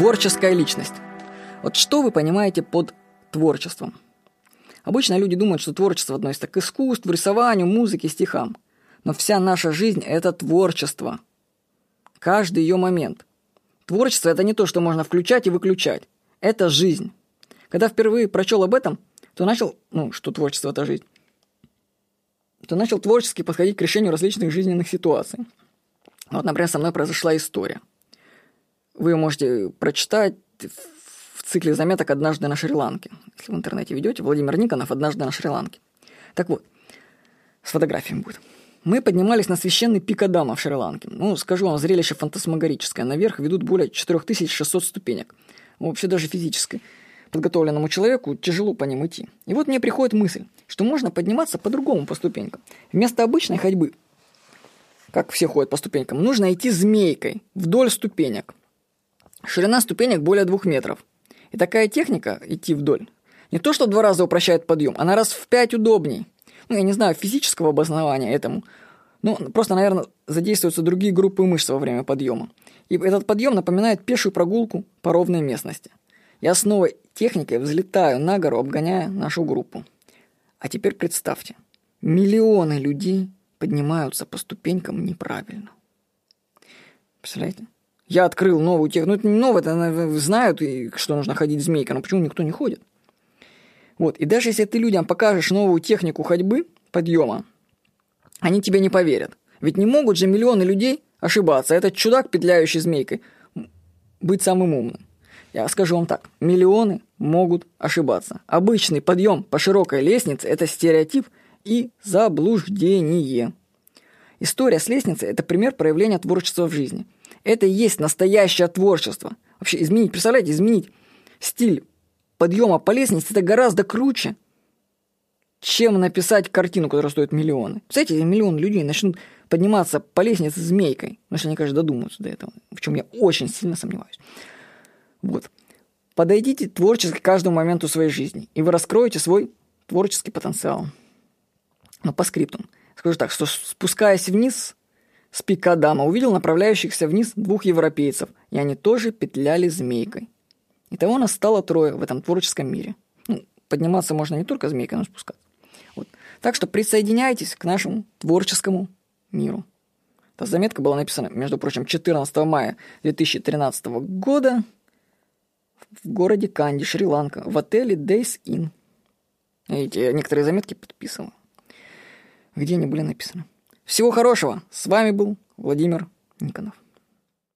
Творческая личность. Вот что вы понимаете под творчеством? Обычно люди думают, что творчество относится к искусству, рисованию, музыке, стихам. Но вся наша жизнь – это творчество. Каждый ее момент. Творчество – это не то, что можно включать и выключать. Это жизнь. Когда впервые прочел об этом, то начал, что творчество – это жизнь, то начал творчески подходить к решению различных жизненных ситуаций. Вот, например, со мной произошла история. Вы ее можете прочитать в цикле заметок «Однажды на Шри-Ланке». Если в интернете ведете, Владимир Никонов «Однажды на Шри-Ланке». Так вот, с фотографиями будет. Мы поднимались на священный пик Адама в Шри-Ланке. Скажу вам, зрелище фантасмагорическое. Наверх ведут более 4600 ступенек. Вообще даже физически подготовленному человеку тяжело по ним идти. И вот мне приходит мысль, что можно подниматься по-другому по ступенькам. Вместо обычной ходьбы, как все ходят по ступенькам, нужно идти змейкой вдоль ступенек. Ширина ступенек более 2 метров. И такая техника, идти вдоль, не то что в 2 раза упрощает подъем, она раз в 5 удобней. Я не знаю физического обоснования этому, просто, наверное, задействуются другие группы мышц во время подъема. И этот подъем напоминает пешую прогулку по ровной местности. Я с новой техникой взлетаю на гору, обгоняя нашу группу. А теперь представьте, миллионы людей поднимаются по ступенькам неправильно. Представляете? Я открыл новую технику. Это не новое, это знают, что нужно ходить змейкой, но почему никто не ходит? Вот. И даже если ты людям покажешь новую технику ходьбы, подъема, они тебе не поверят. Ведь не могут же миллионы людей ошибаться. Этот чудак, петляющий змейкой, быть самым умным. Я скажу вам так. Миллионы могут ошибаться. Обычный подъем по широкой лестнице – это стереотип и заблуждение. История с лестницей – это пример проявления творчества в жизни. Это и есть настоящее творчество. Вообще изменить стиль подъема по лестнице – это гораздо круче, чем написать картину, которая стоит миллионы. Представляете, миллион людей начнут подниматься по лестнице змейкой. Если они, конечно, додумаются до этого, в чем я очень сильно сомневаюсь. Вот. Подойдите творчески к каждому моменту своей жизни, и вы раскроете свой творческий потенциал. Но по скриптум. Скажу так, что спускаясь вниз с пика Адама, увидел направляющихся вниз 2 европейцев, и они тоже петляли змейкой. Итого нас стало 3 в этом творческом мире. Подниматься можно не только змейкой, но и спускаться. Вот. Так что присоединяйтесь к нашему творческому миру. Эта заметка была написана, между прочим, 14 мая 2013 года в городе Канди, Шри-Ланка, в отеле Days Inn. Видите, я некоторые заметки подписывал. Где они были написаны. Всего хорошего. С вами был Владимир Никонов.